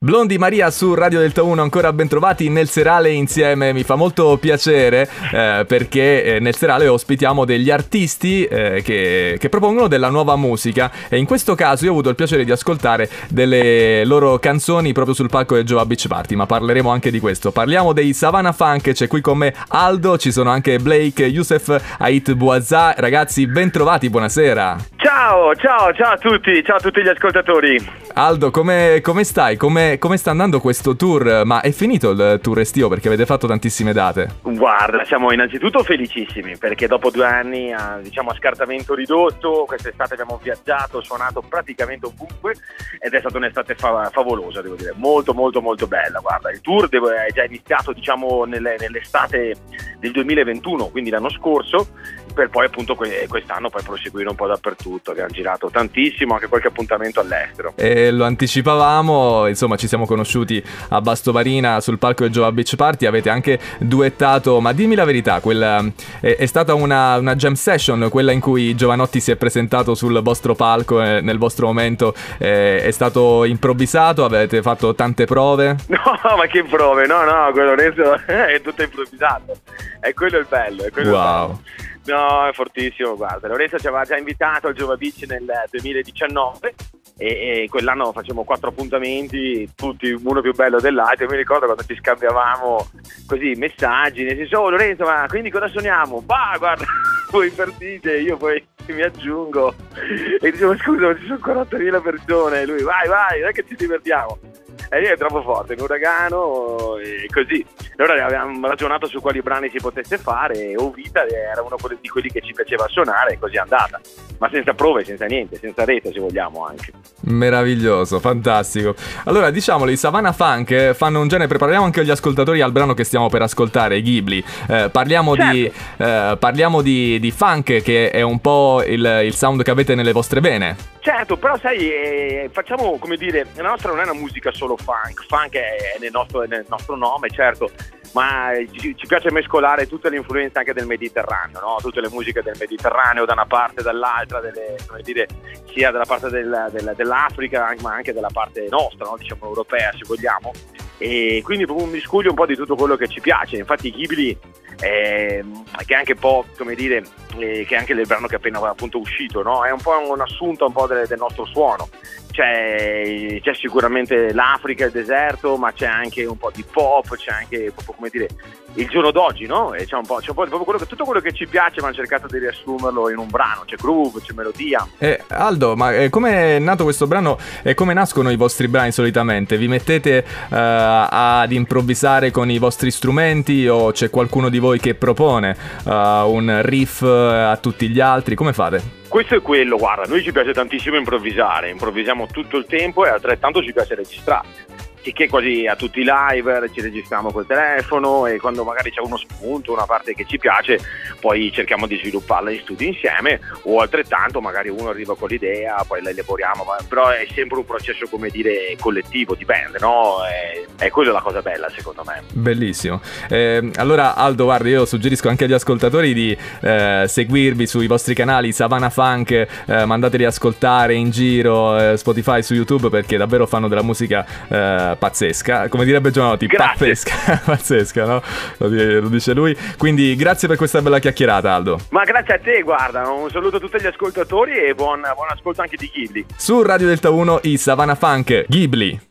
Blondi Maria su Radio Delta 1, ancora ben trovati nel serale insieme. Mi fa molto piacere perché nel serale ospitiamo degli artisti che propongono della nuova musica, e in questo caso io ho avuto il piacere di ascoltare delle loro canzoni proprio sul palco del Jova Beach Party, ma parleremo anche di questo. Parliamo dei Savannah Funk, c'è qui con me Aldo, ci sono anche Blake, Youssef, Ait Bouazza. Ragazzi, ben trovati, buonasera. Ciao a tutti gli ascoltatori. Aldo, come stai? Come sta andando questo tour? Ma è finito il tour estivo, perché avete fatto tantissime date? Guarda, siamo innanzitutto felicissimi perché dopo 2 anni a scartamento ridotto, quest'estate abbiamo viaggiato, suonato praticamente ovunque ed è stata un'estate favolosa, devo dire, molto bella. Guarda, il tour è già iniziato nell'estate del 2021, quindi l'anno scorso, per poi appunto quest'anno poi proseguire un po' dappertutto. Abbiamo girato tantissimo, anche qualche appuntamento all'estero. E lo anticipavamo, insomma ci siamo conosciuti a Bastomarina sul palco del Jova Beach Party, avete anche duettato, ma dimmi la verità, quella è stata una jam session, quella in cui Giovanotti si è presentato sul vostro palco nel vostro momento, è stato improvvisato, avete fatto tante prove? No, ma che prove, no, quello adesso è tutto improvvisato, è quello il bello, è quello wow. Il bello. No, è fortissimo, guarda, Lorenzo ci aveva già invitato al Jova Beach nel 2019 e quell'anno facciamo 4 appuntamenti, tutti uno più bello dell'altro. Io mi ricordo quando ci scambiavamo così messaggi, nel senso: oh Lorenzo, ma quindi cosa suoniamo? Bah, guarda, voi partite, io poi mi aggiungo e dicevo: scusa, ma ci sono 40.000 persone, e lui vai, non è che ci divertiamo. E lì è troppo forte, un uragano e così. Allora abbiamo ragionato su quali brani si potesse fare, e Vita era uno di quelli che ci piaceva suonare, e così è andata. Ma senza prove, senza niente, senza rete se vogliamo anche. Meraviglioso, fantastico. Allora, diciamolo, i Savannah Funk fanno un genere, prepariamo anche gli ascoltatori al brano che stiamo per ascoltare, Ghibli. Parliamo di funk, che è un po' il sound che avete nelle vostre vene. Certo, però sai, facciamo, come dire, la nostra non è una musica solo funk è nel nostro nome, certo, ma ci piace mescolare tutte le influenze anche del Mediterraneo, no? Tutte le musiche del Mediterraneo, da una parte e dall'altra, come dire, sia dalla parte dell'Africa, ma anche dalla parte nostra, no? Diciamo europea, se vogliamo, e quindi proprio un miscuglio un po' di tutto quello che ci piace. Infatti Ghibli, che è anche un po', come dire, che è anche il brano che è appena appunto uscito, no? È un po' un assunto un po' del nostro suono. C'è sicuramente l'Africa, il deserto, ma c'è anche un po' di pop, c'è anche proprio, come dire, il giorno d'oggi, no? E c'è un po' proprio tutto quello che ci piace, ma hanno cercato di riassumerlo in un brano. C'è groove, c'è melodia. Aldo, ma come è nato questo brano e come nascono i vostri brani solitamente? Vi mettete ad improvvisare con i vostri strumenti, o c'è qualcuno di voi che propone un riff a tutti gli altri? Come fate? Questo è quello, guarda, noi ci piace tantissimo improvvisiamo tutto il tempo, e altrettanto ci piace registrare. Che quasi a tutti i live ci registriamo col telefono, e quando magari c'è uno spunto, una parte che ci piace, poi cerchiamo di svilupparla in studio insieme, o altrettanto magari uno arriva con l'idea, poi la elaboriamo, però è sempre un processo, come dire, collettivo, dipende, no? È quella la cosa bella, secondo me. Bellissimo. Allora Aldo, guarda, io suggerisco anche agli ascoltatori di seguirvi sui vostri canali Savannah Funk, mandateli ascoltare in giro, Spotify, su YouTube, perché davvero fanno della musica pazzesca, come direbbe Giovanotti, pazzesca, no? Lo dice lui. Quindi grazie per questa bella chiacchierata, Aldo. Ma grazie a te, guarda, un saluto a tutti gli ascoltatori e buon ascolto anche di Ghibli. Su Radio Delta 1 i Savannah Funk, Ghibli.